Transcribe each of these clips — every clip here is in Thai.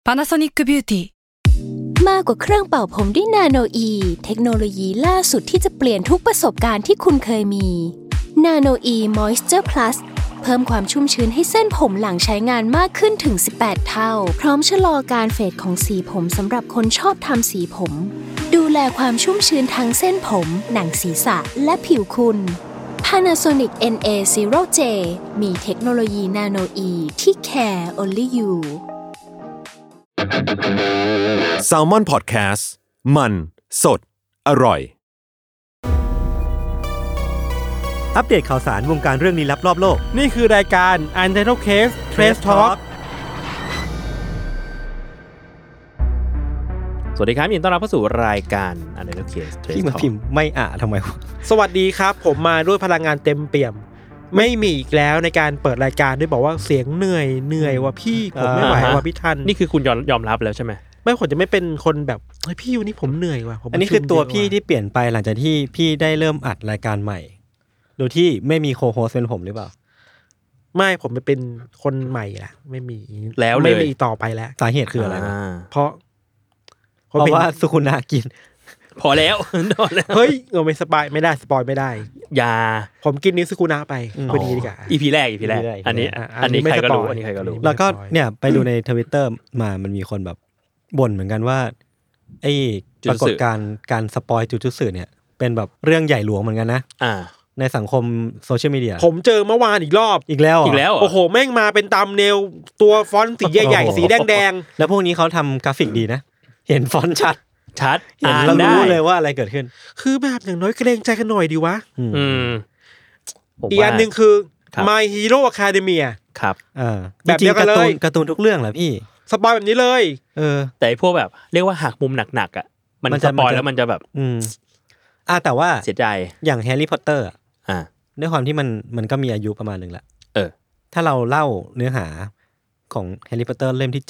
Panasonic Beauty มากกว่าเครื่องเป่าผมด้วยนาโนอีเทคโนโลยีล่าสุดที่จะเปลี่ยนทุกประสบการณ์ที่คุณเคยมีนาโนอีมอยส์เจอร์พลัสเพิ่มความชุ่มชื้นให้เส้นผมหลังใช้งานมากขึ้นถึง18เท่าพร้อมชะลอการเฟดของสีผมสำหรับคนชอบทำสีผมดูแลความชุ่มชื้นทั้งเส้นผมหนังศีรษะและผิวคุณ Panasonic NA0J มีเทคโนโลยีนาโนอีที่ care only you Salmon Podcast มันสดอร่อยอัปเดตข่าวสารวงการเรื่องลี้ลับรอบโลกนี่คือรายการ Untitled Case Trace Talk สวัสดีครับยินดีต้อนรับเข้าสู่รายการ Untitled Case Trace Talk ที่มาพิมพ์ไม่ทำไมวะสวัสดีครับผมมาด้วยพลังงานเต็มเปี่ยมไม่มีอีกแล้วในการเปิดรายการด้วยบอกว่าเสียงเหนื่อยว่ะพี่ผมไม่ไหวว่ะพี่ทันนี่คือคุณยอมรับแล้วใช่ไหมไม่ผมจะไม่เป็นคนแบบเฮ้ยพี่วันนี้ผมเหนื่อยว่ะอันนี้คือตัวพี่ที่เปลี่ยนไปหลังจากที่พี่ได้เริ่มอัดรายการใหม่โดยที่ไม่มีโคโฮสเป็นผมหรือเปล่าไม่ผมเป็นคนใหม่ละไม่มีแล้วไม่มีต่อไปแล้วสาเหตุคืออะไรเพราะว่าสุขุนากินพอแล้วเฮ้ยไม่สปอยไม่ได้สปอยไม่ได้อย่าผมกินนิ้วสุกุนะไปพอดีดีกว่า EP แรกอันนี้ใครก็รู้แล้วก็เนี่ยไปดูใน Twitter มามันมีคนแบบบ่นเหมือนกันว่าไอ้ปรากฏการสปอยจูจูสึเนี่ยเป็นแบบเรื่องใหญ่หลวงเหมือนกันนะในสังคมโซเชียลมีเดียผมเจอเมื่อวานอีกแล้วโอ้โหแม่งมาเป็นตามเนลตัวฟอนต์สีใหญ่ๆสีแดงๆแล้วพวกนี้เขาทำกราฟิกดีนะเห็นฟอนต์ชัดเห็นแล้วรู้เลยว่าอะไรเกิดขึ้นคือแบบอย่างน้อยเกรงใจกันหน่อยดีวะอีกอันนึงคือ My Hero Academia ครับแบบเดียวกันเลยการ์ตูนทุกเรื่องแหละพี่สปอยแบบนี้เลยแต่พวกแบบเรียกว่าหักมุมหนักๆอ่ะมันสปอยแล้วมันจะแบบแต่ว่าเสียใจอย่างแฮร์รี่พอตเตอร์ด้วยความที่มันก็มีอายุประมาณนึงแหละถ้าเราเล่าเนื้อหาของแฮร์รี่พอตเตอร์เล่มที่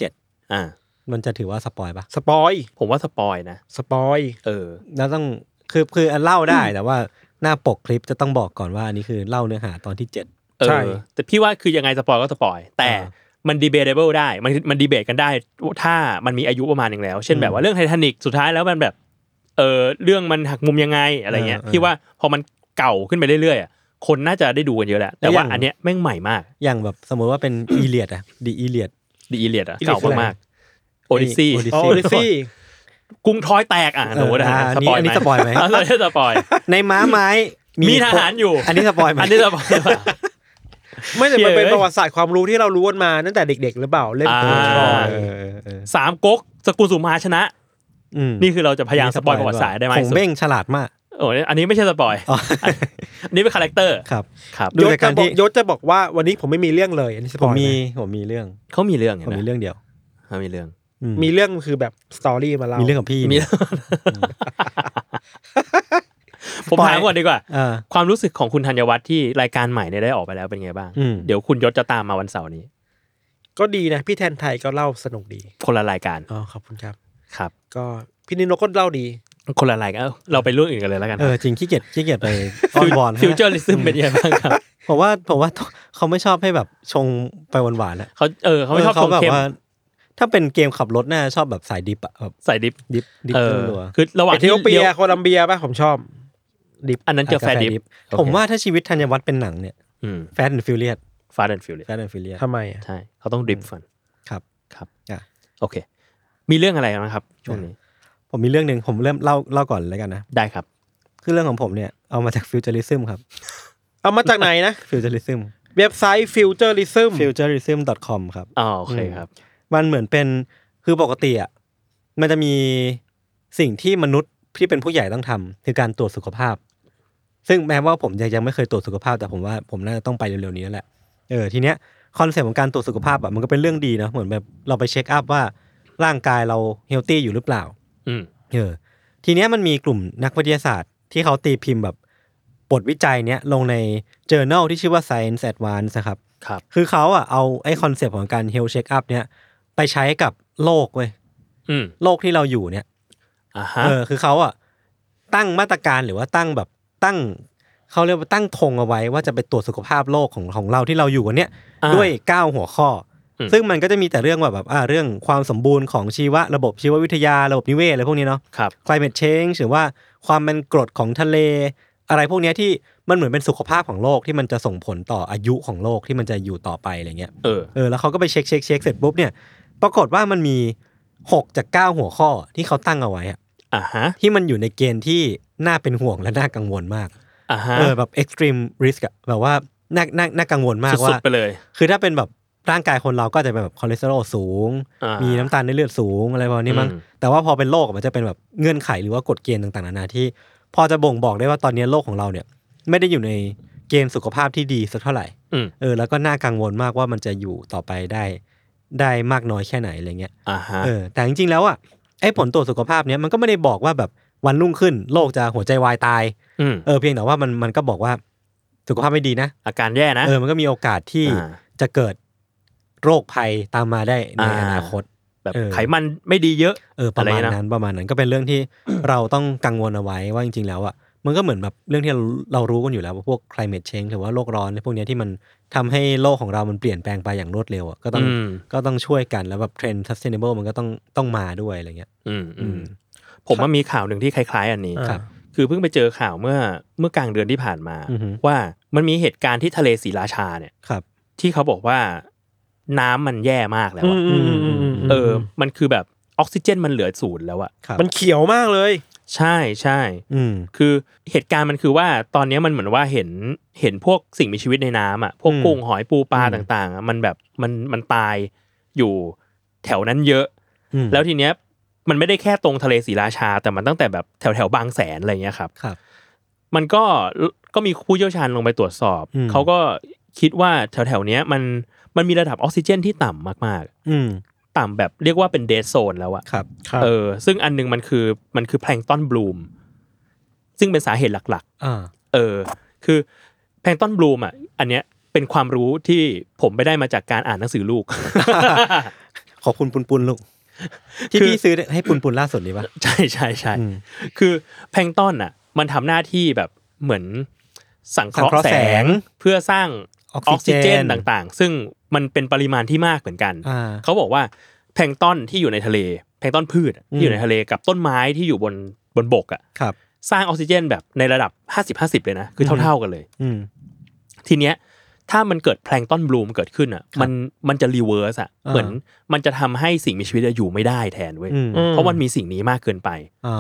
7มันจะถือว่าสปอยปะสปอยผมว่าสปอยนะสปอยแล้วต้องคือเล่าได้แต่ว่าหน้าปกคลิปจะต้องบอกก่อนว่าอันนี้คือเล่าเนื้อหาตอนที่7 ใช่แต่พี่ว่าคือยังไงสปอยก็สปอยแต่มัน debatable ได้มันดีเบตกันได้ถ้ามันมีอายุประมาณนึงแล้วเช่นแบบว่าเรื่องไททานิคสุดท้ายแล้วมันแบบเรื่องมันหักมุมยังไงอะไรเงี้ยพี่ว่าพอมันเก่าขึ้นไปเรื่อยๆคนน่าจะได้ดูกันเยอะแหละแต่ว่าอันเนี้ยแม่งใหม่มากอย่างแบบสมมติว่าเป็นอีเลียดThe Iliad อ่ะเก่ามากโอดิซี่กรุงทอยแตกหนูนะสปอยอันนี้สปอยไหมสปอยในม้าไม้มีทหารอยู่อันนี้สปอยไหมอันนี้สปอยไม่แต่มันเป็นประวัติศาสตร์ความรู้ที่เรารู้กันมาตั้งแต่เด็กๆหรือเปล่าเล่นสามก๊กสกุลสุมาชนะนี่คือเราจะพยายามสปอยประวัติศาสตร์ได้ไหมผมเบ้งฉลาดมากโอ้ยอันนี้ไม่ใช่สปอยอันนี้เป็นคาแรคเตอร์ครับยศจะบอกว่าวันนี้ผมไม่มีเรื่องเลยอันนี้สปอยผมมีเรื่องเขามีเรื่องผมมีเรื่องเดียวเขามีเรื่องคือแบบสตอรี่มาเล่ามีเรื่องกับพี่ผมถามก่อนดีกว่าความรู้สึกของคุณธัญวัฒน์ที่รายการใหม่เนี่ยได้ออกไปแล้วเป็นไงบ้างเดี๋ยวคุณยศจะตามมาวันเสาร์นี้ก็ดีนะพี่แทนไทยก็เล่าสนุกดีคนละรายการขอบคุณครับครับก็พี่นิโนก็เล่าดีคนละรายการเราไปเรื่องอื่นกันเลยแล้วกันจริงขี้เกียจไปออนบอลฟิวเจอริซึมเป็นยังไงบ้างครับผมว่าเขาไม่ชอบให้แบบชงไปหวานๆนะเขาไม่ชอบชงเค็มถ้าเป็นเกมขับรถน่าชอบแบบสายดิฟอะแบบสายดิฟตัวคือระหว่างเอธิโอเปียโคลัมเบียป่ะผมชอบดิฟอันนั้นจะแฟร์ดิฟผมว่าถ้าชีวิตธัญวัฒน์เป็นหนังเนี่ยแฟร์แอนด์ฟิวเลียสทำไมใช่เขาต้องดิฟฟันครับโอเคมีเรื่องอะไรนะครับช่วงนี้ผมมีเรื่องนึงผมเริ่มเล่าก่อนเลยกันนะได้ครับคือเรื่องของผมเนี่ยเอามาจากฟิวเจอริซึมครับเอามาจากไหนนะฟิวเจอริซึมเว็บไซต์ futurism.com ครับโอเคครับมันเหมือนเป็นคือปกติอ่ะมันจะมีสิ่งที่มนุษย์ที่เป็นผู้ใหญ่ต้องทำคือการตรวจสุขภาพซึ่งแม้ว่าผมยังไม่เคยตรวจสุขภาพแต่ผมว่าผมน่าจะต้องไปเร็วๆนี้นั่นแหละทีเนี้ยคอนเซ็ปต์ของการตรวจสุขภาพอ่ะมันก็เป็นเรื่องดีนะเหมือนแบบเราไปเช็คอัพว่าร่างกายเราเฮลตี้อยู่หรือเปล่าทีเนี้ยมันมีกลุ่มนักวิทยาศาสตร์ที่เขาตีพิมพ์แบบบทวิจัยเนี้ยลงใน journal ที่ชื่อว่า Science Advance นะครับคือเขาอ่ะเอาไอ้คอนเซ็ปต์ของการ health check up เนี้ยไปใช้กับโลกเว้ยโลกที่เราอยู่เนี่ยคือเขาอ่ะตั้งมาตรการหรือว่าตั้งเขาเรียกว่าตั้งธงเอาไว้ว่าจะไปตรวจสุขภาพโลกของเราที่เราอยู่กันเนี้ยด้วย9หัวข้อซึ่งมันก็จะมีแต่เรื่องแบบเรื่องความสมบูรณ์ของระบบชีววิทยาระบบนิเวศอะไรพวกนี้เนาะ climate change หรือว่าความเป็นกรดของทะเลอะไรพวกนี้ที่มันเหมือนเป็นสุขภาพของโลกที่มันจะส่งผลต่ออายุของโลกที่มันจะอยู่ต่อไปอะไรเงี้ยแล้วเขาก็ไปเช็คเสร็จปุ๊บเนี่ยปรากฏว่ามันมี6 จาก 9หัวข้อที่เขาตั้งเอาไว้ที่มันอยู่ในเกณฑ์ที่น่าเป็นห่วงและน่ากังวลมากแบบ extreme risk แบบว่าน่ากังวลมากว่าสุดๆไปเลยคือถ้าเป็นแบบร่างกายคนเราก็จะเป็นแบบคอเลสเตอรอลสูงมีน้ำตาลในเลือดสูงอะไรประมาณนี้มั้งแต่ว่าพอเป็นโรคมันจะเป็นแบบเงื่อนไขหรือว่ากฎเกณฑ์ต่างๆนานาที่พอจะบ่งบอกได้ว่าตอนนี้โลกของเราเนี่ยไม่ได้อยู่ในเกณฑ์สุขภาพที่ดีสักเท่าไหร่แล้วก็น่ากังวลมากว่ามันจะอยู่ต่อไปได้มากน้อยแค่ไหนอะไรเงี้ยแต่จริงๆแล้วไอ้ผลตรวจสุขภาพเนี้ยมันก็ไม่ได้บอกว่าแบบวันรุ่งขึ้นโรคจะหัวใจวายตายเพียงแต่ว่ามันก็บอกว่าสุขภาพไม่ดีนะอาการแย่นะมันก็มีโอกาสที่จะเกิดโรคภัยตามมาได้ในอนาคตแบบไขมันไม่ดีเยอะประมาณนั้นก็เป็นเรื่องที่ เราต้องกังวลเอาไว้ว่าจริงๆแล้วมันก็เหมือนแบบเรื่องที่เรารู้กันอยู่แล้วว่าพวก climate change หรือว่าโลกร้อนพวกนี้ที่มันทำให้โลกของเรามันเปลี่ยนแปลงไปอย่างรวดเร็วก็ต้องช่วยกันแล้วแบบเทรนด์ sustainable มันก็ต้องมาด้วยอะไรเงี้ยผมว่ามีข่าวหนึ่งที่คล้ายๆอันนี้คือเพิ่งไปเจอข่าวเมื่อกลางเดือนที่ผ่านมาว่ามันมีเหตุการณ์ที่ทะเลศรีราชาเนี่ยที่เขาบอกว่าน้ำมันแย่มากแล้วมันคือแบบออกซิเจนมันเหลือ0แล้วมันเขียวมากเลยใช่ใช่คือเหตุการณ์มันคือว่าตอนนี้มันเหมือนว่าเห็นพวกสิ่งมีชีวิตในน้ำพวกกุ้งหอยปูปลาต่างๆมันแบบมันตายอยู่แถวนั้นเยอะแล้วทีเนี้ยมันไม่ได้แค่ตรงทะเลศรีราชาแต่มันตั้งแต่แบบแถวบางแสนอะไรเงี้ยครับมันก็มีผู้เชี่ยวชาญลงไปตรวจสอบเขาก็คิดว่าแถวเนี้ยมันมีระดับออกซิเจนที่ต่ำมากๆต่ำแบบเรียกว่าเป็นเดดโซนแล้วซึ่งอันนึงมันคือแพลงก์ตอนบลูมซึ่งเป็นสาเหตุหลักๆคือแพลงก์ตอนบลูมอันเนี้ยเป็นความรู้ที่ผมไปได้มาจากการอ่านหนังสือลูกขอบคุณปุนลูกที่พี่ซื้อให้ปุนล่าสุดนี่ป่ะใช่คือแพลงก์ตอนมันทำหน้าที่แบบเหมือนสังเคราะห์แสงเพื่อสร้างออกซิเจนต่างๆซึ่งมันเป็นปริมาณที่มากเหมือนกันเขาบอกว่าแพลงก์ตอนที่อยู่ในทะเลแพลงก์ตอนพืชที่อยู่ในทะเลกับต้นไม้ที่อยู่บนบกสร้างออกซิเจนแบบในระดับ 50-50 เลยนะคือเท่าๆกันเลยทีเนี้ยถ้ามันเกิดแพลงก์ตอนบลูมเกิดขึ้นมันจะรีเวิร์สเหมือนมันจะทำให้สิ่งมีชีวิตอยู่ไม่ได้แทนเว้ยเพราะมันมีสิ่งนี้มากเกินไป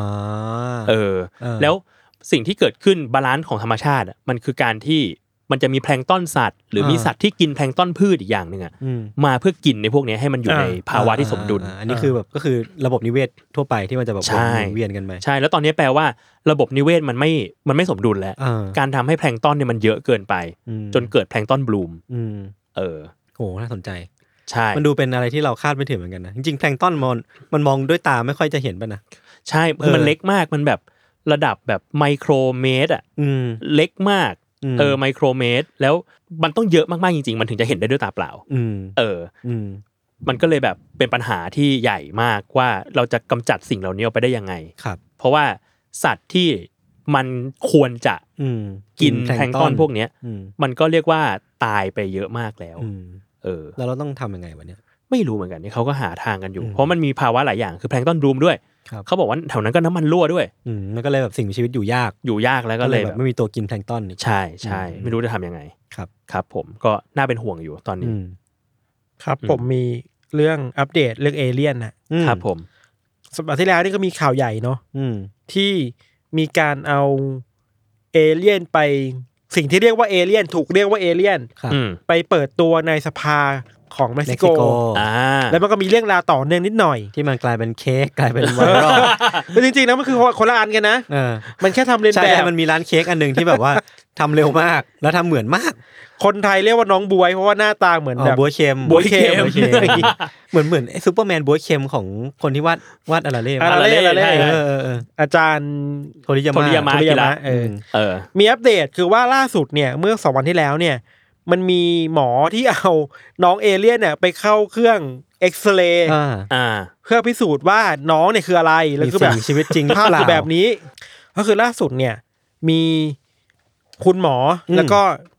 แล้วสิ่งที่เกิดขึ้นบาลานซ์ของธรรมชาติมันคือการที่มันจะมีแพลงก์ตอนสัตว์หรือมีสัตว์ที่กินแพลงก์ตอนพืชอีกอย่างนึงมาเพื่อกินในพวกนี้ให้มันอยู่ในภาวะที่สมดุลอันนี้คือแบบก็คือระบบนิเวศทั่วไปที่มันจะแบบวนเวียนกันไปใช่แล้วตอนนี้แปลว่าระบบนิเวศมันไม่สมดุลแล้วการทำให้แพลงก์ตอนเนี่ยมันเยอะเกินไปจนเกิดแพลงก์ตอนบลูมโหน่าสนใจใช่มันดูเป็นอะไรที่เราคาดไม่ถึงเหมือนกันนะจริงๆแพลงก์ตอนมันมองด้วยตาไม่ค่อยจะเห็นป่ะนะใช่มันเล็กมากมันแบบระดับแบบไมโครเมตรเล็กมากไมโครเมตรแล้วมันต้องเยอะมากๆจริงๆมันถึงจะเห็นได้ด้วยตาเปล่ามันก็เลยแบบเป็นปัญหาที่ใหญ่มากว่าเราจะกำจัดสิ่งเหล่านี้ออกไปได้ยังไงเพราะว่าสัตว์ที่มันควรจะกินแพลงก์ตอนพวกนี้มันก็เรียกว่าตายไปเยอะมากแล้วแล้วเราต้องทำยังไงวะเนี่ยไม่รู้เหมือนกันนี่เขาก็หาทางกันอยู่เพราะมันมีภาวะหลายอย่างคือแพลงก์ตอนบลูมด้วยเขาบอกว่าแถวนั้นก็น้ำมันรั่วด้วยมันก็เลยแบบสิ่งมีชีวิตอยู่ยากแล้วก็เลยแบบไม่มีตัวกินแพลงก์ตอนใช่ไม่รู้จะทำยังไงครับผมก็น่าเป็นห่วงอยู่ตอนนี้ครับผมมีเรื่องอัปเดตเรื่องเอเลี่ยนนะครับผมสัปดาห์ที่แล้วนี่ก็มีข่าวใหญ่เนาะที่มีการเอาเอเลี่ยนไปสิ่งที่เรียกว่าเอเลี่ยนถูกเรียกว่าเอเลี่ยนไปเปิดตัวในสภาของเม็กซิโกแล้วมันก็มีเรื่องราวต่อเนื่องนิดหน่อยที่มันกลายเป็นเค้กกลายเป็นไวรัลแต่จริงๆแล้วมันคือคนละอันกันนะมันแค่ทำเลียนแบบใช่มันมีร้านเค้กอันนึงที่แบบว่าทำเร็วมากแล้วทำเหมือนมากคนไทยเรียกว่าน้องบวยเพราะว่าหน้าตาเหมือนแบบบวยเค็มเหมือนไอ้ซูเปอร์แมนบวยเค็มของคนที่วาดอาราเล่อาจารย์โทริยามะมีอัปเดตคือว่าล่าสุดเนี่ยเมื่อ2 วันที่แล้วเนี่ยมันมีหมอที่เอาน้องเอเลี่ยนเนี่ยไปเข้าเครื่องเอ็กซเรย์เพื่อพิสูจน์ว่าน้องเนี่ยคืออะไรแล้วคือแบบชีวิตจริงภาพคือแบบนี้ก็คือล่าสุดเนี่ยมีคุณหมอแล้วก็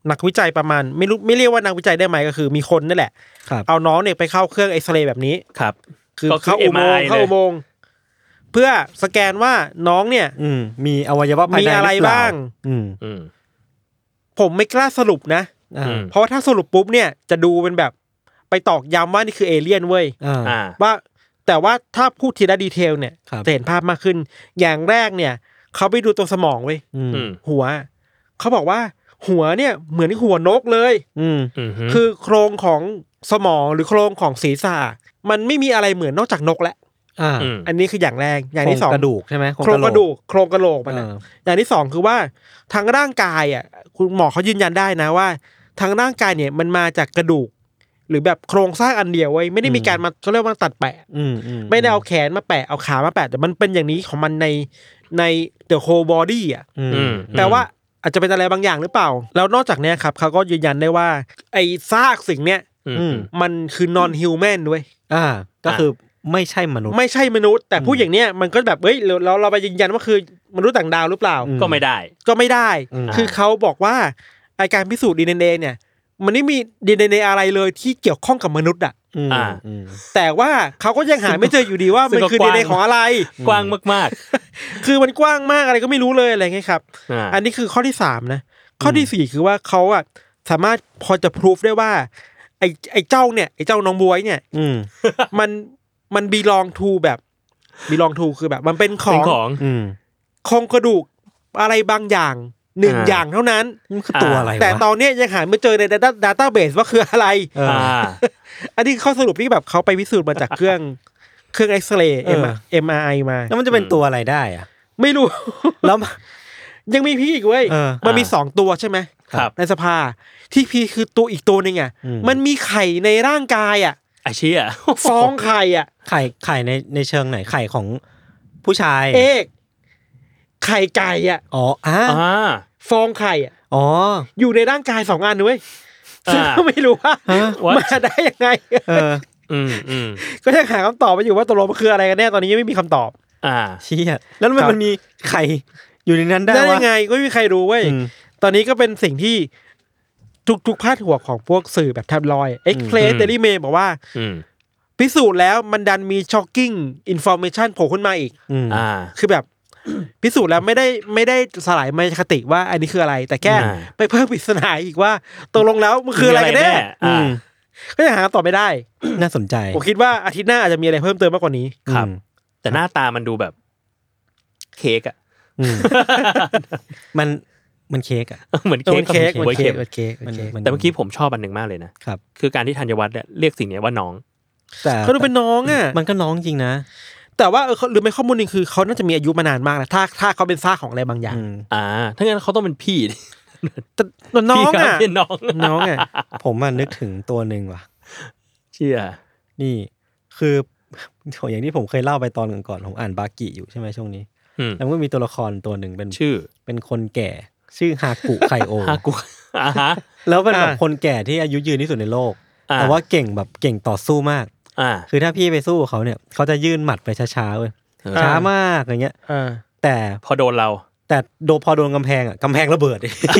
นักวิจัยประมาณไม่เรียกว่านักวิจัยได้ไหมก็คือมีคนนั่นแหละเอาน้องเนี่ยไปเข้าเครื่องเอ็กซเรย์แบบนี้ครับคือเข้าอุโมงค์เพื่อสแกนว่าน้องเนี่ยมีอวัยวะภายในมีอะไรบ้างผมไม่กล้าสรุปนะเพราะว่าถ้าสรุปปุ๊บเนี่ยจะดูเป็นแบบไปตอกย้ำว่านี่คือเอเลี่ยนเว้ยว่าแต่ว่าถ้าพูดทีละดีเทลเนี่ยจะเห็นภาพมากขึ้นอย่างแรกเนี่ยเขาไปดูตัวสมองเว้ยหัวเขาบอกว่าหัวเนี่ยเหมือนหัวนกเลยคือโครงของสมองหรือโครงของศีรษะมันไม่มีอะไรเหมือนนอกจากนกแล้วอันนี้คืออย่างแรกอย่างที่สองกระดูกใช่ไหมโครงกระดูกโครงกระโหลกมันอย่างที่สองคือว่าทางร่างกายอ่ะคุณหมอเขายืนยันได้นะว่าทางร่างกายเนี่ยมันมาจากกระดูกหรือแบบโครงสร้างอันเดียวไว้ไม่ได้มีการมาเขาเรียกว่าตัดแปะไม่ได้เอาแขนมาแปะเอาขามาแปะแต่มันเป็นอย่างนี้ของมันใน the whole body อ่ะแต่ว่าอาจจะเป็นอะไรบางอย่างหรือเปล่าแล้วนอกจากนี้ครับเขาก็ยืนยันได้ว่าไอ้ซากสิ่งเนี้ยมันคือ non human ด้วยก็คือไม่ใช่มนุษย์แต่ผู้อย่างเนี้ยมันก็แบบเฮ้ยเราไปยืนยันว่าคือมนุษย์ต่างดาวหรือเปล่าก็ไม่ได้คือเขาบอกว่าไอ้การพิสูจน์ DNA เนี่ยมันไม่มี DNA อะไรเลยที่เกี่ยวข้องกับมนุษย์อ่ะแต่ว่าเขาก็ยังหาไม่เจออยู่ดีว่ามันคือ DNA ของอะไรกว้างมากๆคือมันกว้างมากอะไรก็ไม่รู้เลยอะไรเงี้ยครับอันนี้คือข้อที่3นะข้อที่4คือว่าเขาอ่ะสามารถพอจะพิสูจได้ว่าไอ้เจ้าเนี่ยไอ้เจ้าน้องบวยเนี่ยมัน belong to แบบ belong to คือแบบมันเป็นของโครงกระดูกอะไรบางอย่าง1อย่างเท่านั้นมันคือตัวอะไรแต่ตอนนี้ยังหาไม่เจอใน database ว่าคืออะไรอันนี้ข้อสรุปที่แบบเขาไปพิสูจน์มาจากเครื่องเอ็กซเรย์ MRI มาแล้วมันจะเป็นตัวอะไรได้อ่ะไม่รู้แล้วยังมีพี่อีกเว้ยมันมี2ตัวใช่ไหมในสภาที่พี่คือตัวอีกตัวนึงอ่ะมันมีไข่ในร่างกายอ่ะไอ้เชี่ยฟองไข่อ่ะไข่ในเชิงไหนไข่ของผู้ชายไข่ไก่อ่ะฟองไข่อ่ะอยู่ในร่างกาย2อันด้วยซึ่งก็ไม่รู้ว่ามาได้ยังไงก็ยังหาคำตอบไม่อยู่ว่าตกลงมันคืออะไรกันแน่ตอนนี้ยังไม่มีคำตอบเชี่ยแล้วมันมีไข่อยู่ในนั้นได้ยังไงก็ไม่มีใครรู้เว้ยตอนนี้ก็เป็นสิ่งที่ทุกพาดหัวของพวกสื่อแบบแท็บลอยด์ Express Daily Mail บอกว่าพิสูจน์แล้วมันดันมี shocking information โผล่ขึ้นมาอีกคือแบบพิสูจน์แล้วไม่ได้สลายมายาคติว่าอันนี้คืออะไรแต่แค่ไปเพิ่มปริศนาอีกว่าตกลงแล้วมันคืออะไรกันแน่ก็ยังหาตอบไม่ได้น่าสนใจผมคิดว่าอาทิตย์หน้าอาจจะมีอะไรเพิ่มเติมมากกว่านี้ครับแต่หน้าตามันดูแบบเค้กอ่ะมันเค้กอ่ะเหมือนเค้กแต่เมื่อกี้ผมชอบอันนึงมากเลยนะครับคือการที่ธัญวัฒน์เรียกสิ่งนี้ว่าน้องแต่เขาดูเป็นน้องอ่ะมันก็น้องจริงนะแต่ว่าหรือไม่ข้อมูลนึงคือเขาน่าจะมีอายุมานานมากแล้วถ้าเขาเป็นซากของอะไรบางอย่างถ้างั้นเขาต้องเป็นพี่แต่น้องอ่ะน้องอ่ะผมนึกถึงตัวนึงว่ะเชี่ยนี่คืออย่างที่ผมเคยเล่าไปตอนก่อนผมอ่านบากิอยู่ใช่ไหมช่วงนี้แล้วก็มีตัวละครตัวหนึ่งเป็นชื่อเป็นคนแก่ชื่อฮากุไคโอฮากุแล้วเป็นแบบคนแก่ที่อายุยืนที่สุดในโลกแต่ว่าเก่งต่อสู้มากคือถ้าพี่ไปสู้เขาเนี่ยเขาจะยื่นหมัดไปช้าๆเว้ยช้ามากอย่างเงี้ยแต่พอโดนเราแต่พอโดนกำแพงระเบิด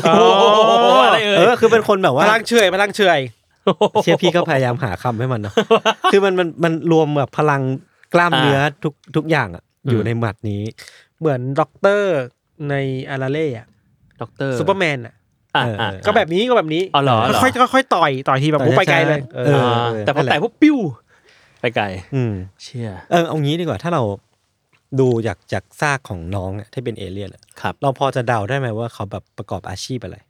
คือเป็นคนแบบว่าพลังเฉยเชื่อพี่ก็พยายามหาคำให้มันเนาะคือมันรวมแบบพลังกล้ามเนื้อทุกอย่างอยู่ในหมัดนี้เหมือนด็อกเตอร์ในอาราเล่ด็อกเตอร์ซูเปอร์แมนก็แบบนี้ค่อยต่อยทีแบบปุ๊บไปไกลเลยแต่พอแตะปุ๊บปิ้วไปไกลเชี่ยเอางี้ดีกว่าถ้าเราดูจากซากของน้องที่เป็นเอเลี่ยนเราพอจะเดาได้ไหมว่าเขาแบบประกอบอาชีพอะไร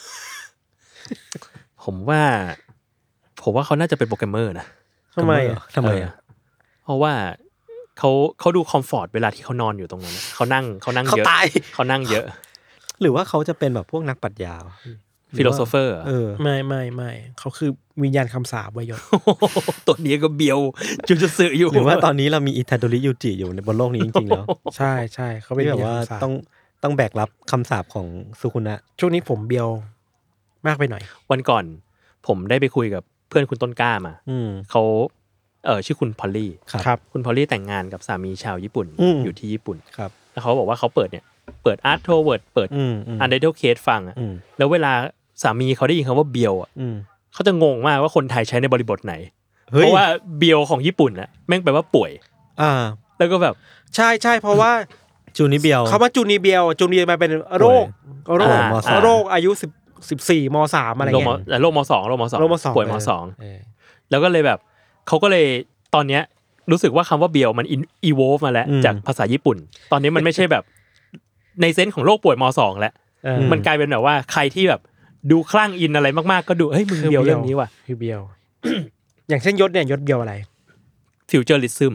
ผมว่าเขาน่าจะเป็นโปรแกรมเมอร์นะทำไมเพราะว่าเขาดูคอมฟอร์ตเวลาที่เขานอนอยู่ตรงนั้นเขานั่งเยอะเขานั่งเยอะหรือว่าเขาจะเป็นแบบพวกนักปรัชญาฟิโลโซเฟอร์ไม่เขาคือวิญญาณคำสาปไว้ยศตัวนี้ก็เบียวจุดจะสื่ออยู่หรือว่าตอนนี้เรามีอิทาโดริยูจิอยู่ในบนโลกนี้จริงๆแล้วใช่เขาเป็นแบบว่าต้องแบกรับคำสาปของสุคุนะช่วงนี้ผมเบียวมากไปหน่อยวันก่อนผมได้ไปคุยกับเพื่อนคุณต้นกล้ามาเขาชื่อคุณพอลลี่ครับคุณพอลลี่แต่งงานกับสามีชาวญี่ปุ่นอยู่ที่ญี่ปุ่นครับแล้วเขาบอกว่าเขาเปิดอาร์ตโทเวิร์ดเปิดอันเดอร์เทลเคสฟังแล้วเวลาสามีเขาได้ยินคำว่าเบียวอ่ะเขาจะงงมากว่าคนไทยใช้ในบริบทไหนเพราะว่าเบียวของญี่ปุ่นน่ะแม่งแปลว่าป่วยแล้วก็แบบใช่ๆเพราะว่าจูนิเบียวเขามาจูนิเบียวมาเป็นโรคอายุ14ม3อะไรเงี้ยโรคม2ป่วยม2แล้วก็เลยแบบเขาก็เลยตอนเนี้ยรู้สึกว่าคำว่าเบียวมันevolve มาแล้วจากภาษาญี่ปุ่นตอนนี้มันไม่ใช่แบบในเซนส์ของโรคป่วยม2แล้วมันกลายเป็นแบบว่าใครที่แบบดูคลั่งอินอะไรมากๆก็ดูเฮ้ยมึงเบียวเรื่องนี้ว่ะคือเบียว อย่างเช่นยศเนี่ยยศเบียวอะไร futurism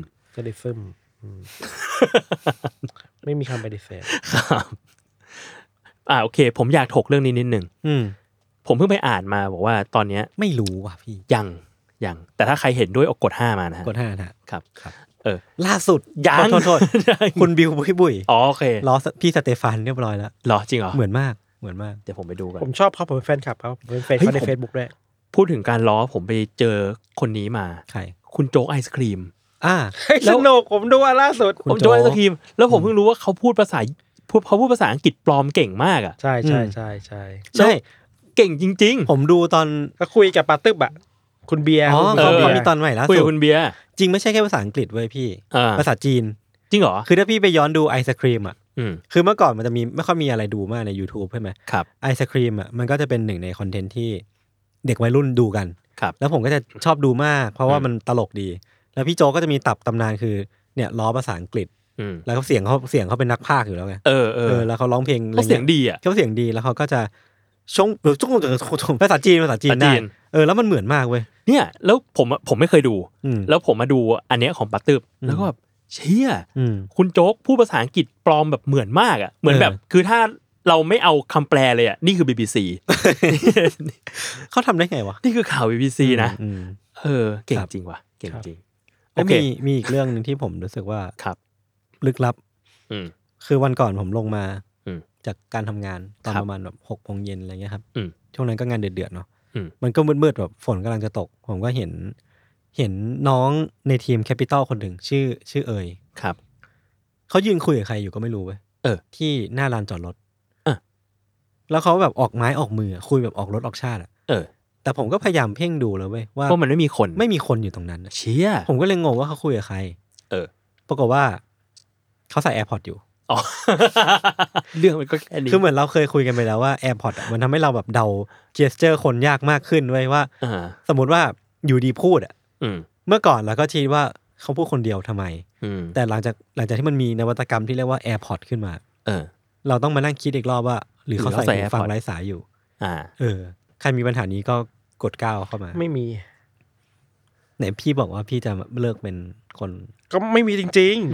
ไม่มีคำปฏิเสธครับโอเคผมอยากถกเรื่องนี้นิดนึงผมเพิ่งไปอ่านมาบอกว่าตอนนี้ไม่รู้ว่ะพี่ยังแต่ถ้าใครเห็นด้วยกด5มานะกด5นะครับล่าสุดยังโทษคุณบิวบุยอ๋อโอเคล้อพี่สเตฟานเรียบร้อยแล้วหรอจริงเหรอเหมือนมากเดี๋ยวผมไปดูกันผมชอบเขาผมเป็นแฟนคลับเขาเป็นแฟนเขาใน Facebook ด้วยพูดถึงการล้อผมไปเจอคนนี้มาใครคุณโจ๊กไอศกรีมสนุกผมดูล่าสุดผมโจ๊กไอศกรีมแล้วผมเพิ่งรู้ว่าเขาพูดภาษาอังกฤษปลอมเก่งมากอ่ะใช่เก่งจริงๆผมดูตอนก็คุยกับปาตึบอ่ะคุณเบียร์เขามีตอนใหม่ล่าสุดคุยกับคุณเบียร์จริงไม่ใช่แค่ภาษาอังกฤษเว้ยพี่ภาษาจีนจริงเหรอคือถ้าพี่ไปย้อนดูไอศกรีมอ่ะคือเมื่อก่อนมันจะมีไม่ค่อยมีอะไรดูมากใน YouTube ใช่ไหมครับไอศกรีมอ่ะมันก็จะเป็นหนึ่งในคอนเทนต์ที่เด็กวัยรุ่นดูกันครับแล้วผมก็จะชอบดูมากเพราะว่ามันตลกดีแล้วพี่โจก็จะมีตำนานคือเนี่ยล้อภาษาอังกฤษแล้วเขาเสียงเขาเป็นนักพากย์อยู่แล้วไงแล้วเขาร้องเพลงเขาเสียงดีอ่ะเขาเสียงดีแล้วเขาก็จะช่วงภาษาจีนได้แล้วมันเหมือนมากเว้ยเนี่ยแล้วผมไม่เคยดูแล้วผมมาดูอันเนี้ยของปาตึบแล้วก็แบบเชี่ยคุณโจ๊กพูดภาษาอังกฤษปลอมแบบเหมือนมากอ่ะเหมือนแบบคือถ้าเราไม่เอาคำแปลเลยอ่ะนี่คือ BBC เขาทำได้ไงวะนี่คือข่าว BBC นะเก่งจริงว่ะเก่งจริงโอเคมีอีกเรื่องนึงที่ผมรู้สึกว่าครับลึกลับคือวันก่อนผมลงมาจากการทำงานตอนประมาณแบบ6 โมงเย็นอะไรเงี้ยครับช่วงนั้นก็งานเดือดๆเนาะมันก็มืดๆแบบฝนกำลังจะตกผมก็เห็นน้องในทีมแคปิตอลคนหนึ่งชื่อเอ๋ยครับเขายืนคุยกับใครอยู่ก็ไม่รู้เว้ยที่หน้าลานจอดรถแล้วเขาแบบออกไม้ออกมือคุยแบบออกรถออกชาติแต่ผมก็พยายามเพ่งดูแล้วเว้ยว่ามันไม่มีคนอยู่ตรงนั้นเชี่ยผมก็เลยงงว่าเขาคุยกับใครปรากฏว่าเขาใส่ AirPods อยู่เรื่องมันก็แค่นี้คือเหมือนเราเคยคุยกันไปแล้วว่า AirPods มันทำให้เราแบบเดาเจสเจอร์คนยากมากขึ้นด้วยว่าสมมติว่าอยู่ดีพูดเมื่อก่อนเราก็คิดว่าเขาพูดคนเดียวทำไมแต่หลังจากที่มันมีนวัตกรรมที่เรียกว่า AirPods ขึ้นมาเราต้องมานั่งคิดอีกรอบว่าหรือเขาใส่หูฟังไร้สายอยู่ใครมีปัญหานี้ก็กด9เข้ามาไม่มีไหนพี่บอกว่าพี่จะเลิกเป็นคนก็ไม่มีจริงๆ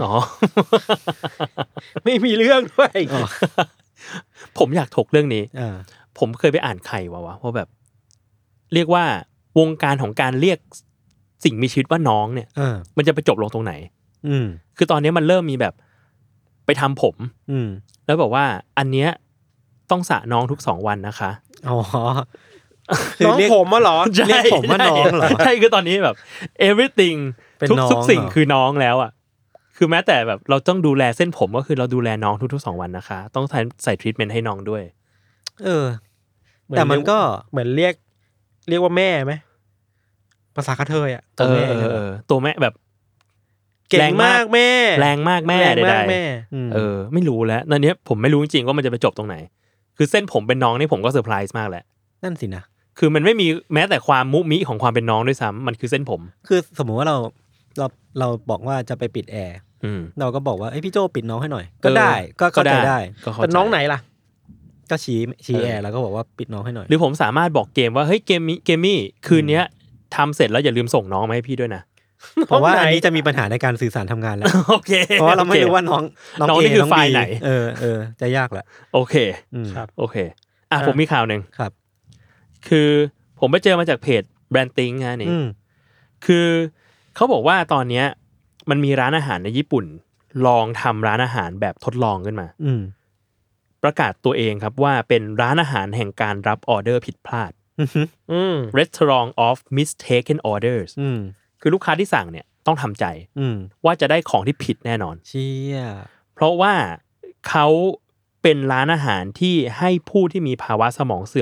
ไม่มีเรื่องด้วยผมอยากถกเรื่องนี้ผมเคยไปอ่านใครวะว่าแบบเรียกว่าวงการของการเรียกสิ่งมีชีวิตว่าน้องเนี่ยมันจะไปจบลงตรงไหนคือตอนนี้มันเริ่มมีแบบไปทำผมแล้วบอกว่าอันเนี้ยต้องสระน้องทุก2 วันนะคะอ๋อน้องผมเหรอเรียกผมว่าน้องเหรอใช่คือตอนนี้แบบ everything ทุกสิ่งคือน้องแล้วอ่ะคือแม้แต่แบบเราต้องดูแลเส้นผมก็คือเราดูแลน้องทุกๆ2 วันนะคะต้องใส่ทรีทเมนต์ให้น้องด้วยแต่มันก็เหมือนเรียกว่าแม่ไหมภาษากระเทยอ่ะตัวแม่ตัวแม่แบบแรงมากแม่แรงมากแม่ได้ไม่รู้แล้วตอนนี้ผมไม่รู้จริงๆว่ามันจะไปจบตรงไหนคือเส้นผมเป็นน้องนี่ผมก็เซอร์ไพรส์มากแหละนั่นสินะคือมันไม่มีแม้แต่ความมุมิของความเป็นน้องด้วยซ้ำมันคือเส้นผมคือสมมุติว่าเราบอกว่าจะไปปิดแอร์เราก็บอกว่าพี่โจปิดน้องให้หน่อยก็ได้ก็เข้าใจได้แต่น้องไหนล่ะก็ชี้แอร์แล้วก็บอกว่าปิดน้องให้หน่อยหรือผมสามารถบอกเกมว่าเฮ้ยเกมมี่คืนนี้ทำเสร็จแล้วอย่าลืมส่งน้องมาให้พี่ด้วยนะเพราะว่าอันนี้จะมีปัญหาในการสื่อสารทำงานแล้วโอเคเพราะว่าเราไม่รู้ว่าน้องนี่คือไฟล์ไหนจะยากแหละโอเคโอเคผมมีข่าวหนึ่งครับคือผมไปเจอมาจากเพจแบรนด์ติ้งนี่คือเขาบอกว่าตอนนี้มันมีร้านอาหารในญี่ปุ่นลองทำร้านอาหารแบบทดลองขึ้นมาประกาศตัวเองครับว่าเป็นร้านอาหารแห่งการรับออเดอร์ผิดพลาดRestaurant of Mistaken Orders คือลูกค้าที่สั่งเนี่ยต้องทำใจว่าจะได้ของที่ผิดแน่นอนเชี่ยเพราะว่าเขาเป็นร้านอาหารที่ให้ผู้ที่มีภาวะสมองเสื่อม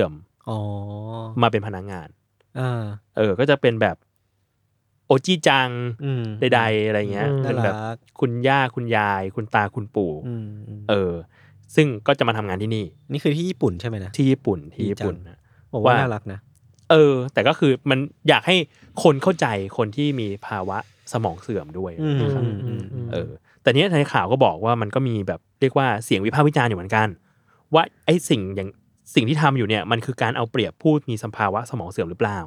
มาเป็นพนักงานก็จะเป็นแบบโอจิจังใดๆอะไรเงี้ยเป็นแบบคุณย่าคุณยายคุณตาคุณปู่ซึ่งก็จะมาทำงานที่นี่คือที่ญี่ปุ่นใช่ไหมนะที่ญี่ปุ่นนะผมว่าน่ารักนะแต่ก็คือมันอยากให้คนเข้าใจคนที่มีภาวะสมองเสื่อมด้วยนะครับแต่เนี้ยในข่าวก็บอกว่ามันก็มีแบบเรียกว่าเสียงวิพากษ์วิจารณ์อยู่เหมือนกันว่าไอ้สิ่งที่ทำอยู่เนี่ยมันคือการเอาเปรียบผู้มีภาวะสมองเสื่อมหรือเปล่า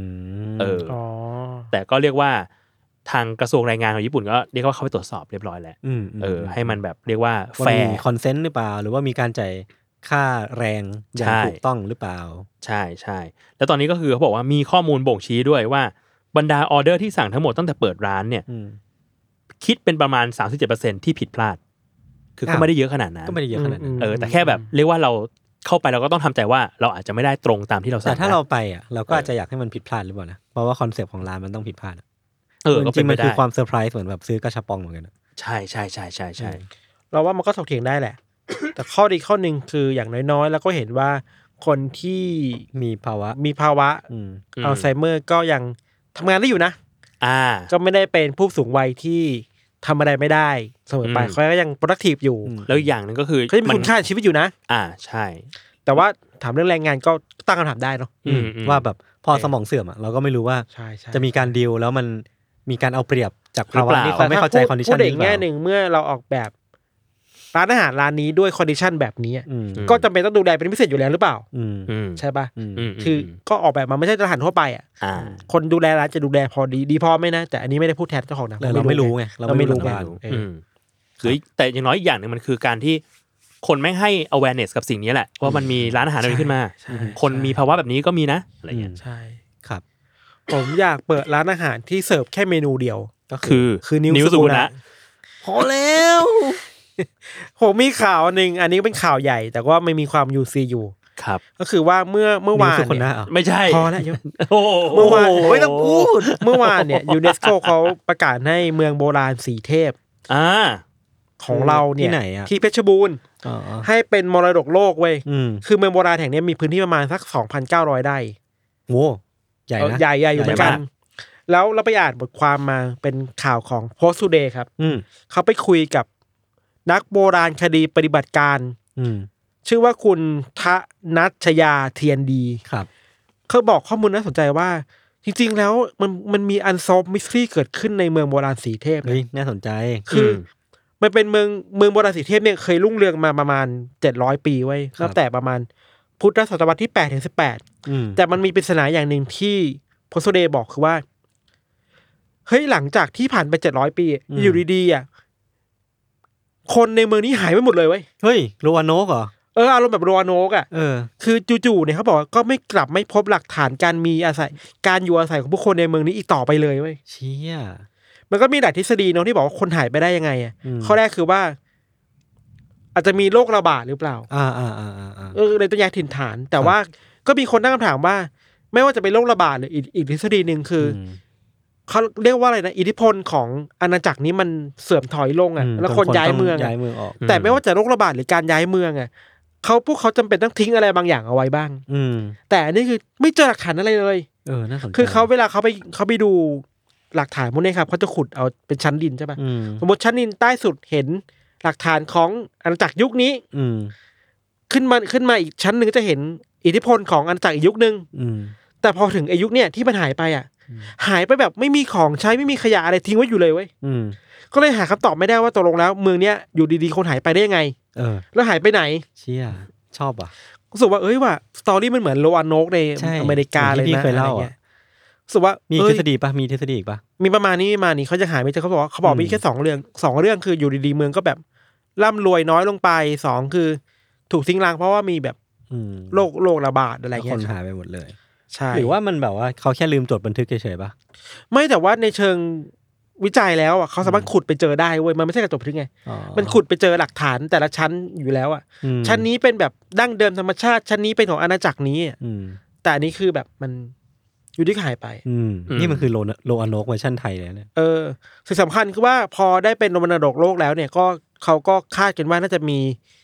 แต่ก็เรียกว่าทางกระทรวงแรงงานของญี่ปุ่นก็เรียกว่าเขาไปตรวจสอบเรียบร้อยแล้วให้มันแบบเรียกว่าแฟร์คอนเซนต์หรือเปล่าหรือว่ามีการจ่ายค่าแรงอย่างถูกต้องหรือเปล่าใช่แล้วตอนนี้ก็คือเขาบอกว่ามีข้อมูลบ่งชี้ด้วยว่าบรรดาออเดอร์ที่สั่งทั้งหมดตั้งแต่เปิดร้านเนี่ยคิดเป็นประมาณ 37% ที่ผิดพลาดคือก็ไม่ได้เยอะขนาดนั้นแต่แค่แบบเรียกว่าเราเข้าไปเราก็ต้องทำใจว่าเราอาจจะไม่ได้ตรงตามที่เราสั่งแต่ถ้าเราไปเราก็อาจจะอยากให้มันผิดพลาดหรือเปล่านะเพราะว่าคอนเซปต์ของร้านมันต้องผิดพลาดจริงๆมันคือความเซอร์ไพรส์เหมือนแบบซื้อกระชับปองเหมือนกันใช่เราว่ามันก็ถกเถียงได้แหละแต่ข้อดีข้อนึงคืออย่างน้อยๆแล้วก็เห็นว่าคนที่มีภาวะอัลไซเมอร์ก็ยังทำงานได้อยู่นะก็ไม่ได้เป็นผู้สูงวัยที่ทำอะไรไม่ได้เสมอไปเขาก็ยัง productive อยู่แล้วอย่างนึงก็คือเขามีคุณค่าชีวิตอยู่นะใช่แต่ว่าถามเรื่องแรงงานก็ตั้งคำถามได้เนาะว่าแบบพอสมองเสื่อมเราก็ไม่รู้ว่าจะมีการดีลแล้วมันมีการเอาเปรียบจากภาวะที่เขาไม่เข้าใจคอนดิชันนี้พูดอีกแง่นึงเมื่อเราออกแบบร้านอาหารร้านนี้ด้วยคอนดิชันแบบนี้ก็จำเป็นต้องดูแลเป็นพิเศษอยู่แล้วหรือเปล่าใช่ป่ะคือก็ออกแบบมาไม่ใช่อาหารทั่วไปคนดูแลร้านจะดูแลพอดีพอไหมนะแต่อันนี้ไม่ได้พูดแทนเจ้าของนะเราไม่รู้ไงเราไม่รู้คือแต่อย่างน้อยอย่างนึงมันคือการที่คนไม่ให้ awareness กับสิ่งนี้แหละว่ามันมีร้านอาหารอะไรขึ้นมาคนมีภาวะแบบนี้ก็มีนะอะไรเงี้ยใช่ครับผมอยากเปิดร้านอาหารที่เสิร์ฟแค่เมนูเดียวก็คือนิวสุกุนะพอแล้วผมมีข่าวนึงอันนี้เป็นข่าวใหญ่แต่ว่าไม่มีความ UC อยู่ครับก็คือว่าเมื่อวานเนี่ยไม่ใช่พอแล้วเมื่อวานไม่ต้องพูดเมื่อวานเนี่ยยูเนสโกเขาประกาศให้เมืองโบราณสีเทพของเราเนี่ยที่เพชรบูรณ์ให้เป็นมรดกโลกเว้ยคือเมืองโบราณแห่งนี้มีพื้นที่ประมาณสัก 2,900 ไร่โว้ใหญ่นะใหญ่อยู่เหมือนกันแล้วเราไปอ่านบทความมาเป็นข่าวของ Post Today ครับเขาไปคุยกับนักโบราณคดีปฏิบัติการชื่อว่าคุณทนัชยาเทียนดีครับเขาบอกข้อมูลน่าสนใจว่าจริงๆแล้วมันมีอันซอฟมิสทรีเกิดขึ้นในเมืองโบราณสีเทพน่าสนใจคือมันเป็นเมืองโบราณสีเทพเนี่ยเคยรุ่งเรืองมาประมาณ700 ปีไว้ตั้งแต่ประมาณพุทธศตวรรษที่8 ถึง 18แต่มันมีปริศนาอย่างนึงที่โพสเดย์บอกคือว่าเฮ้ยหลังจากที่ผ่านไป700 ปีอยู่ดีๆคนในเมืองนี้หายไปหมดเลยเว้ยเฮ้ยโรวาโนกเหรออารมณ์แบบโรวาโนกคือจู่ๆเนี่ยเขาบอกก็ไม่กลับไม่พบหลักฐานการมีอาศัยการอยู่อาศัยของผู้คนในเมืองนี้อีกต่อไปเลยเว้ยเชี่ยมันก็มีหลายทฤษฎีเนาะที่บอกว่าคนหายไปได้ยังไงข้อแรกคือว่าอาจจะมีโรคระบาดหรือเปล่าเลยต้องย้ายถิ่นฐานแต่ว่าก็มีคนตั้งคำถามว่าไม่ว่าจะเป็นโรคระบาดหรืออีกทฤษฎีนึงคือเขาเรียกว่าอะไรนะอิทธิพลของอาณาจักรนี้มันเสื่อมถอยลงแล้วคนย้ายเมืองออกแต่ไม่ว่าจะโรคระบาดหรือการย้ายเมืองพวกเขาจำเป็นต้องทิ้งอะไรบางอย่างเอาไว้บ้างแต่อันนี้คือไม่เจอหลักฐานอะไรเลยน่าสนใจคือเขาเวลาเขาไปดูหลักฐานพวกนี้ครับเขาจะขุดเอาเป็นชั้นดินใช่ป่ะสมมติชั้นดินใต้สุดเห็นหลักฐานของอาณาจักรยุคนี้ขึ้นมาอีกชั้นหนึ่งจะเห็นอิทธิพลของอาณาจักรอีกยุคนึงแต่พอถึงอายุเนี่ยที่มันหายไปหายไปแบบไม่มีของใช้ไม่มีขยะอะไรทิ้งไว้อยู่เลยเว้ยก็เลยหาคำตอบไม่ได้ว่าตกลงแล้วเมืองเนี้ยอยู่ดีๆคนหายไปได้ยังไงแล้วหายไปไหนเชี่ยชอบอ่ะรู้สึกว่าว่าสตอรี่มันเหมือนโรวาโนกในอเมริกาเลยนะอะไรเงี้ยรู้สึกว่ามีทฤษฎีป่ะมีทฤษฎีอีกป่ะมีประมาณนี้เขาจะหายไปแต่เขาบอกมีแค่2 เรื่องคืออยู่ดีๆเมืองก็แบบร่ำรวยน้อยลงไป2คือถูกทิ้งร้างเพราะว่ามีแบบโรคระบาดอะไรเงี้ยคนหายไปหมดเลยใช่หรือว่ามันแบบว่าเขาแค่ลืมจดบันทึกเฉยๆป่ะไม่แต่ว่าในเชิงวิจัยแล้วเขาสามารถขุดไปเจอได้เว้ยมันไม่ใช่กระจกบันทึกไงมันขุดไปเจอหลักฐานแต่ละชั้นอยู่แล้วชั้นนี้เป็นแบบดั้งเดิมธรรมชาติชั้นนี้เป็นของอาณาจักรนี้แต่อันนี้คือแบบมันอยู่ที่หายไปนี่มันคือโลอาโนกเวอร์ชันไทยเลยเนี่ยสิ่งสำคัญคือว่าพอได้เป็นมรดกโลกแล้วเนี่ยก็เขาก็คาดกันว่าน่าจะมี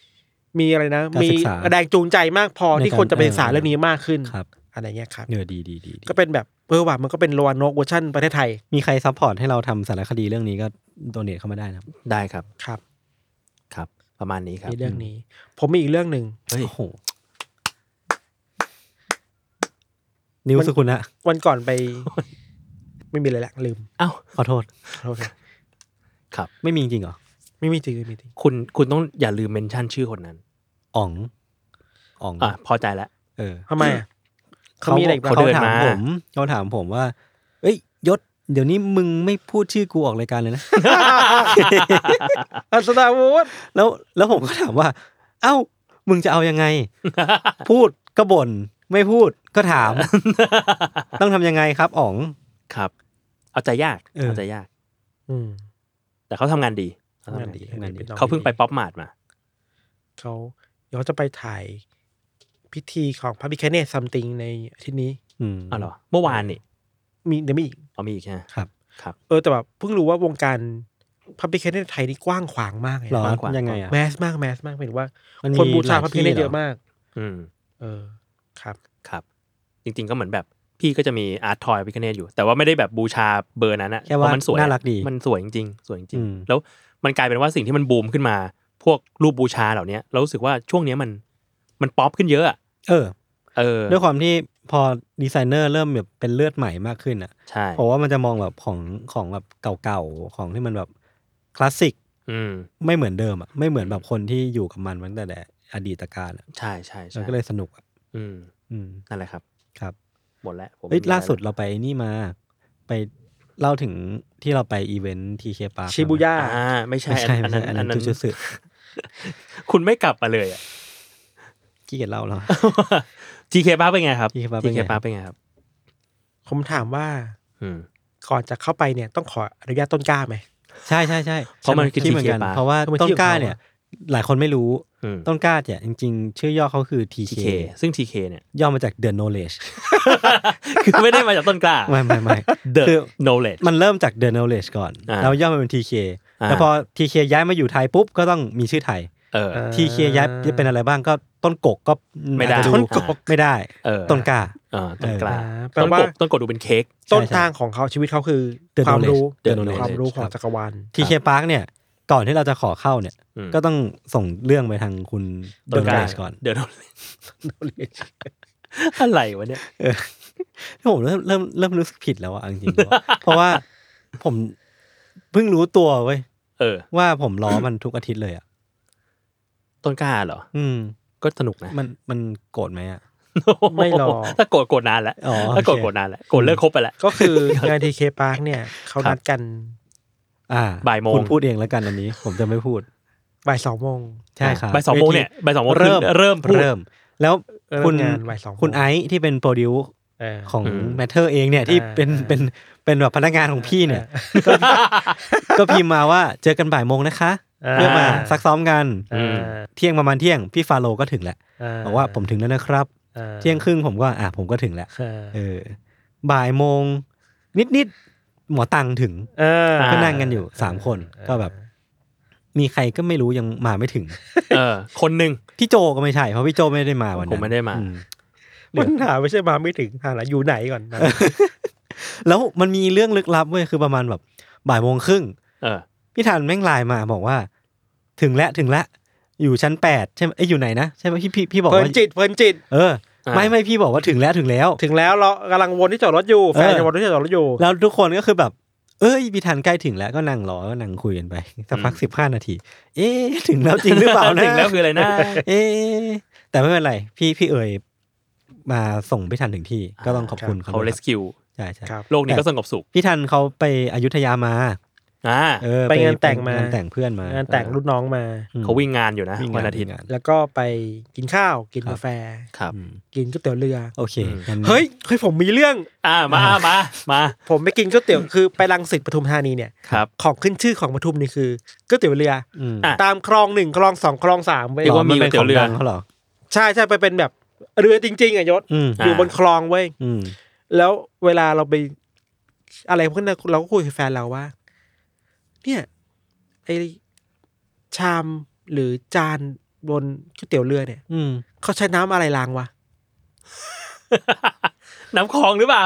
มีอะไรนะการมีศึกษาแรงจูงใจมากพอในที่การคนจะไปศึกษาเรื่องนี้มากขึ้นครับอะไรเงี้ยครับดีก็เป็นแบบว่ะมันก็เป็นโรวานกเวอร์ชันประเทศไทยมีใครซัพพอร์ตให้เราทำสารคดีเรื่องนี้ก็โดเนทเข้ามาได้นะครับได้ครับครับครับ ประมาณนี้ครับมีเรื่องนี้ ผมมีอีกเรื่องหนึ่งเฮ้ยโอ้โหนิ้วสุคุณนะวันก่อนไป ไม่มีอะไรละลืมเอ้าขอโทษขอโทษครับครับไม่มีจริงเหรอไม่มีจริงไม่มีจริงคุณต้องอย่าลืมเมนชั่นชื่อคนนั้นอ๋องพอใจแล้วทำไมอ่ะเขามีอะไรอีกเขาบ้างเดินถามมาเขาถามผมว่า เอ้ยยศ เดี๋ยวนี้มึงไม่พูดชื่อกูออกรายการเลยนะอัศดาวุฒิแล้วผมก็ถามว่า เอ้า มึงจะเอายังไง พูดก็บ่นไม่พูดก็ถาม ต้องทำยังไงครับอ๋องครับ เอาใจยาก เอาใจยากอืมแต่เขาทำงานดีทำงานดีเขาเพิ่งไปป๊อปมาร์ทมาเขาจะไปถ่ายพิธีของพระพิฆเนศซัมติงในอาทิตย์นี้อ๋อเหรอ เมื่อวานนี่เดี๋ยวมีอีกมีอีกใช่ไหมครับครับแต่แบบเพิ่งรู้ว่าวงการพระพิฆเนศไทยนี่กว้างขวางมากเลยหรอกว้างๆยังไงอ่ะแมสมากหมายถึงว่ามันมีคนบูชาหลายพระพิฆเนศที่เหรอเยอะมากอืมครับครับ จริง ๆ ก็เหมือนแบบพี่ก็จะมีอาร์ตทอยพิคเนตอยู่ แต่ว่าไม่ได้แบบบูชาเบอร์นั้นนะแค่ว่าเพระมันสวยน่ารักดีมันสวยจริงๆสวยจริงอืมๆแล้วมันกลายเป็นว่าสิ่งที่มันบูมขึ้นมา พวกรูปบูชาเหล่านี้เรารู้สึกว่าช่วงนี้มันป๊อปขึ้นเยอะอะด้วยความที่พอดีไซเนอร์เริ่มแบบเป็นเลือดใหม่มากขึ้นอ่ะใช่เพราะว่ามันจะมองแบบของแบบเก่าๆของที่มันแบบคลาสสิกอืมไม่เหมือนเดิมอ่ะไม่เหมือนแบบคนที่อยู่กับมันตั้งแต่อดีตการอ่ะใช่ใช่มัใช่นก็เลยสนุกอ่ะอืมอืมนั่นแหละครับครับหมดแล้วผมเฮ้ยไม่มีล่าสุดอะไรเราไปนี่มา ไปเล่าถึงที่เราไปอีเวนท์ทีเคปาร์คชิบูย่าไม่ใช่ไม่ใช่อันนั้นอันอันั้น นนั้นจูจูสึคุณไม่กลับมาเลยอ่ะขี้เกียจเล่าแล้ว GK ป้าเป็นไงครับ GK Park เป็นไงป้าเป็นไงครับผมถามว่าอืมก่อนจะเข้าไปเนี่ยต้องขออนุญาตต้นกล้าไหมใช่ใช่ใช่เพราะมันคือคิดเหมือนกัน TK Park เพราะว่าคือมันต้นชื่อของกล้าเขาเนี่ย หลายคนไม่รู้อืมต้นกล้าเนี่ยจริงๆ ชื่อย่อเขาคือ TK TK ซึ่ง TK เนี่ยย่อมาจาก The Knowledge คือไม่ได้มาจากต้นกล้าไม่ The คือ knowledge มันเริ่มจาก The Knowledge ก่อนอ่าแล้วย่อมาเป็น TK อ่าแล้วพอ TK ย้ายมาอยู่ไทยปุ๊บก็ต้องมีชื่อไทย TK ย้ายเป็นอะไรบ้างก็ต้นกกก็ไม่ได้อาจจะต้นกกไม่ได้ต้ต้นกล้าต้นกล้าแปลว่าต้นกดดูเป็นเค้กต้นทางของเขาชีวิตเขาคือ The ความรู้ knowledge The knowledge ความรู้ของจักรวาล TK Park เนี่ยก่อนที่เราจะขอเข้าเนี่ยอืมก็ต้องส่งเรื่องไปทางคุณต้นกล้า Knowledge ก่อนเดี๋ยว อะไรวะเนี่ยผมเริ่มรู้สึกผิดแล้วอะจริงๆ เพราะว่าผมเพิ่งรู้ตัวเว้ย ว่าผมล้อมันทุกอาทิตย์เลยอ่ะต้นกล้าเหรอ ก็สนุกนะมันโกรธไหมอ่ะไม่หรอกถ้าโกรธนานแล้วอ๋อถ้าโกรธโอเคโกรธนานแล้วโกรธเลิกคบไปแล้วก็คืองานทีเคพาร์คเนี่ยเขานัดกันบ่ายโมงคุณพูดเองแล้วกันอันนี้ ผมจะไม่พูดบ่าย2 โมงใช่ครับบ่าย 2 โมงเนี่ยบ่าย 2 โมงเริ่มเริ่มพูดแล้วคุณเริ่มงานบ่าย2 คุณไอซ์ที่เป็นโปรดิว ของอืมแมทเทอร์เองเนี่ยที่ เป็นแบบพนักงานของพี่เนี่ย ก็พิมพ์มาว่าเจอกันบ่ายโมงนะคะ เพื่อมาซักซ้อมกัน เที่ยงประมาณเที่ยงพี่ฟาโลก็ถึงแล้วบอกว่าผมถึงแล้วนะครับ เที่ยงครึ่งผมก็ถึงแล้วบ่ายโมงนิดหมอตังถึงก็นั่งกันอยู่3 คนก็แบบ มีใครก็ไม่รู้ยังมาไม่ถึงคนหนึ่งพี่โจก็ไม่ใช่เพราะพี่โจไม่ได้มาวันนั้นผมไม่ได้มาปัญหาไม่ใช่มาไม่ถึงหาละอยู่ไหนก่อนแล้วมันมีเรื่องลึกลับเว้ยคือประมาณแบบบ่ายโมงครึ่งพี่ทันแม่งไลน์มาบอกว่า ถึงแล้วอยู่ชั้น8ใช่ไหมอยู่ไหนนะใช่ไหมพี่บอกเพลิว่านจิตไม่พี่บอกว่าถึงแล้วถึงแล้วเรากำลังวนที่จอดรถอยู่แฟนจะวนที่จอดรถอยู่แล้วทุกคนก็คือแบบพี่ทันใกล้ถึงแล้วก็นั่งรอก็นั่งคุยกันไปสักพัก15 นาทีถึงแล้วจริงหรือเปล่านะถึงแล้วคืออะไรนะแต่ไม่เป็นไรพี่เอ๋ยมาส่งพี่ทันถึงที่ก็ต้องขอบคุณเขาเรสคิวใช่โลกนี้ก็สงบสุขพี่ทันเขาไปอยุธยามาไปงานแต่งมางานแต่งเพื่อนมางานแต่งรุ่นน้องมาเขาวิ่งงานอยู่นะวันอาทิตย์แล้วก็ไปกินข้าวกินกาแฟครับกินก๋วยเตี๋ยวเรือโอเคเฮ้ยผมมีเรื่องมาผมไปกินก๋วยเตี๋ยวคือไปรังสิตปทุมธานีเนี่ยครับของขึ้นชื่อของปทุมนี่คือก๋วยเตี๋ยวเรือตามคลอง1คลอง2คลอง3เว้ยเรียกว่ามีก๋วยเตี๋ยวเรือเขาเหรอใช่ไปเป็นแบบเรือจริงๆอ่ะยศอยู่บนคลองเว้ยแล้วเวลาเราไปอะไรพวกนั้นเราก็คุยกับแฟนเราว่าเนี่ยไอชามหรือจานบนก๋วยเตี๋ยวเรือเนี่ยเขาใช้น้ำอะไรล้างวะน้ำคลองหรือเปล่า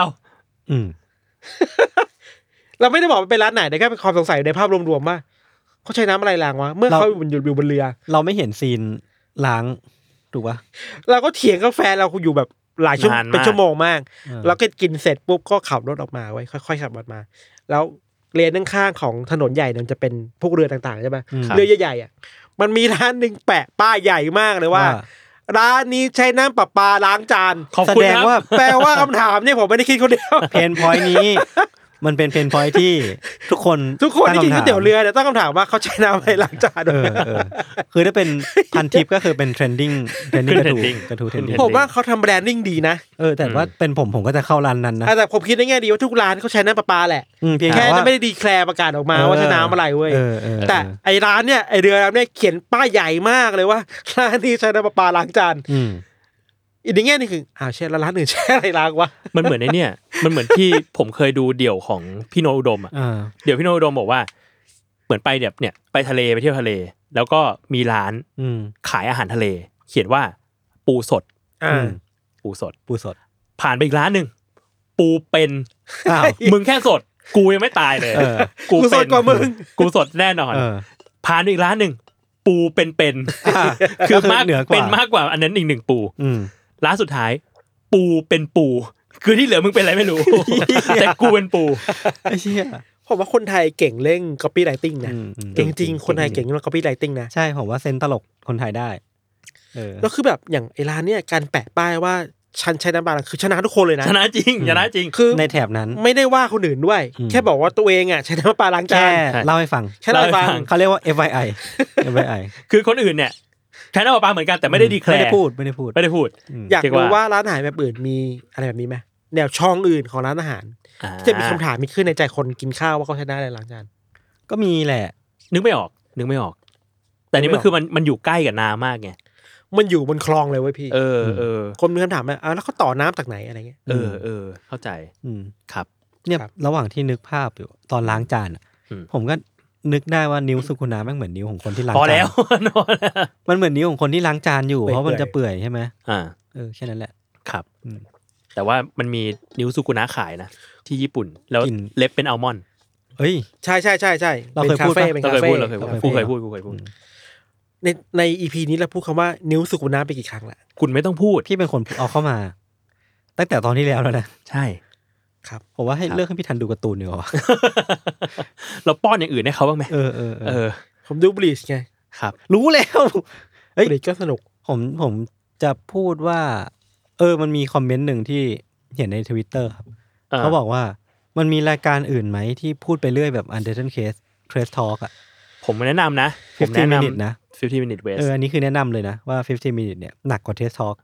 เราไม่ได้บอกเป็นร้านไหนแต่แค่เป็นความสงสัยในภาพรวมๆว่าเขาใช้น้ำอะไรล้างวะเมื่อเขาอยู่บนเรือเราไม่เห็นซีนล้างถูกปะเราก็เถียงกับแฟนเราอยู่แบบหลายชั่วโมงเป็นชั่วโมงมากแล้วก็กินเสร็จปุ๊บก็ขับรถออกมาไว้ค่อยๆขับรถมาแล้วเลนข้างๆของถนนใหญ่มันจะเป็นพวกเรือต่างๆใช่ไหมเรือใหญ่ๆอ่ะมันมีร้านนึงแปะป้ายใหญ่มากเลยว่าร้านนี้ใช้น้ำประปาล้างจานแสดงว่าแปลว่าคำถามเนี่ยผมไม่ได้คิดคนเดียวเพนพอยต์นี้มันเป็นเพนพอยต์ที่ทุกคนที่กินก๋วยเตี๋ยวเรือเนี่ยตั้งคำถามว่าเขาใช้น้ำอะไรล้างจานคือถ้าเป็นพันทิปก็คือเป็นเทรนดิ้งกระทูเทรนดิ้งผมว่าเขาทำแบรนดิ้งดีนะแต่ว่าเป็นผมก็จะเข้าร้านนั้นนะแต่ผมคิดในแง่ดีว่าทุกร้านเขาใช้น้ำประปาแหละแค่ไม่ได้ดีแคลร์ประกาศออกมาว่าใช้น้ำอะไรเว้ยแต่ไอร้านเนี่ยไอเรือเนี่ยเขียนป้ายใหญ่มากเลยว่าร้านนี้ใช้น้ำประปาล้างจานอีกในแง่นี่คือใช่ร้านอื่นใช้อะไรล้างวะมันเหมือนไอ้เนี่ยมันเหมือนที่ผมเคยดูเดี่ยวของพี่โนอุดมอ่ะเดี๋ยวพี่โนอุดมบอกว่าเหมือนไปแบบเนี่ยไปทะเลไปเที่ยวทะเลแล้วก็มีร้านขายอาหารทะเลเขียนว่าปูสดปูสดผ่านไปอีกร้านนึงปูเป็นมึงแค่สดกูยังไม่ตายเลยกูสดกว่ามึงกูสดแน่นอนผ่านไปอีกร้านนึงปูเป็นคือมากเป็นมากกว่าอันนั้นอีก1ปูร้านสุดท้ายปูเป็นปูคือที่เหลือมึงเป็นอะไรไม่รู้ แต่กูเป็นปูไอ้เหี้ยผมว่าคนไทยเก่งเร่ง copywriting นะเก่งจริงคนไทยเก่งเรื่อง copywriting นะใช่ผมว่าเซนตลกคนไทยได้แล้วคือแบบอย่างไอ้ร้านเนี่ยการแปะป้ายว่าฉันใช้น้ำปลาคือชนะทุกคนเลยนะชนะจริงคือในแถบนั้นไม่ได้ว่าคนอื่นด้วยแค่บอกว่าตัวเองอ่ะใช้น้ำปลาล้างจานเล่าให้ฟังแค่เล่าให้ฟังเขาเรียกว่า FYI คือคนอื่นเนี่ยใช้น้ำปลาเหมือนกันแต่ไม่ได้ดีแคลร์ไม่ได้พูดอยากรู้ว่าร้านอาหารแบบอื่นมีอะไรแบบนี้ไหมแนวช่องอื่นของร้านอาหารจะมีคำถามมีขึ้นในใจคนกินข้าวว่าเขาใช้น้ำอะไรล้างจานก็มีแหละนึกไม่ออกแต่นี่มันคือมันอยู่ใกล้กับน้ำมากไงมันอยู่บนคลองเลยเว้ยพี่คนมีคำถามว่าแล้วเขาต่อน้ำจากไหนอะไรเงี้ยเข้าใจครับเนี่ยระหว่างที่นึกภาพอยู่ตอนล้างจานผมก็นึกได้ว่านิ้วสุกุณาแม่งเหมือนนิ้วของคนที่ล้างจานพอแล้วมันเหมือนนิ้วของคนที่ล้างจานอยู่เพราะมันจะเปื่อยใช่ไหมแค่นั้นแหละครับแต่ว่ามันมีนิ้วสุกุณาขายนะที่ญี่ปุ่นแล้วเล็บเป็นอัลมอนด์เฮ้ยใช่เราเคยพูดกูเคยพูดใน EP นี้เราพูดคำว่านิ้วสุกุณาไปกี่ครั้งละคุณไม่ต้องพูดพี่เป็นคนเอาเข้ามาตั้งแต่ตอนที่แล้วนะใช่ครับผมว่าให้เลือกให้พี่ทันดูการ์ตูนดีกว่าเราป้อนอย่างอื่นให้เขาบ้างไหมผมดูบลีชไงครับรู้แล้วบลีชก็สนุกผมจะพูดว่ามันมีคอมเมนต์หนึ่งที่เห็นใน Twitter ครับเขาบอกว่ามันมีรายการอื่นไหมที่พูดไปเรื่อยแบบ Untitled Case Trace Talk อ่ะผมแนะนำนะผมแนะนำนะ 50 minute West อันนี้คือแนะนำเลยนะว่า50 minute เนี่ยหนักกว่า Trace Talk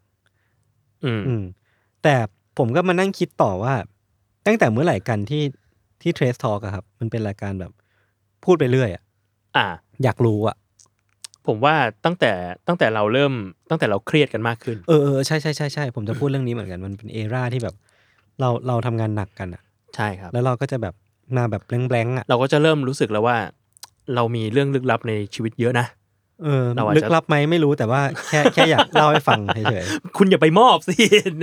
แต่ผมก็มานั่งคิดต่อว่าตั้งแต่เมื่อไหร่กันที่ Trace Talk อะครับมันเป็นรายการแบบพูดไปเรื่อยอยากรู้อะผมว่าตั้งแต่เราเครียดกันมากขึ้นใช่ผมจะพูดเรื่องนี้เหมือนกันมันเป็นเอราที่แบบเราทำงานหนักกันอะใช่ครับแล้วเราก็จะแบบมาแบบแบงๆอะเราก็จะเริ่มรู้สึกแล้วว่าเรามีเรื่องลึกลับในชีวิตเยอะนะลึกลับไหมไม่รู้แต่ว่าแค่อยากเล่าให้ฟังเฉยๆคุณอย่าไปมอบสิ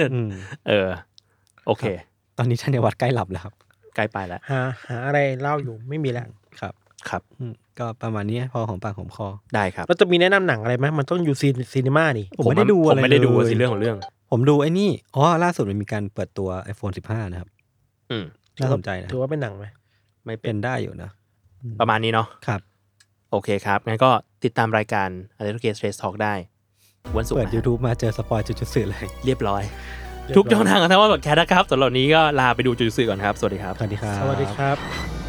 โอเคตอนนี้ธัญวัฒน์ใกล้หลับแล้วครับใกล้ไปแล้วหาอะไรเล่าอยู่ไม่มีแล้วครับก็ประมาณนี้พอของปากของคอได้ครับแล้วจะมีแนะนำหนังอะไรไหมมันต้องอยู่ซีนีม่านี่ผมไม่ได้ดูสิเรื่องของเรื่องผมดูไอ้นี่ล่าสุดมันมีการเปิดตัว iPhone 15นะครับน่าสนใจนะถือว่าเป็นหนังไหมไม่เป็นได้อยู่นะประมาณนี้เนาะครับโอเคครับงั้นก็ติดตามรายการ Untitled Case Trace Talk ได้วันศุกร์เปิด YouTube มาเจอสปอยจุดๆเลยเรียบร้อยทุกช่องทางกันทั้งว่าแบบแคทนะครับสำหรับวันนี้ก็ลาไปดูจุดๆก่อนครับสวัสดีครับสวัสดีครับ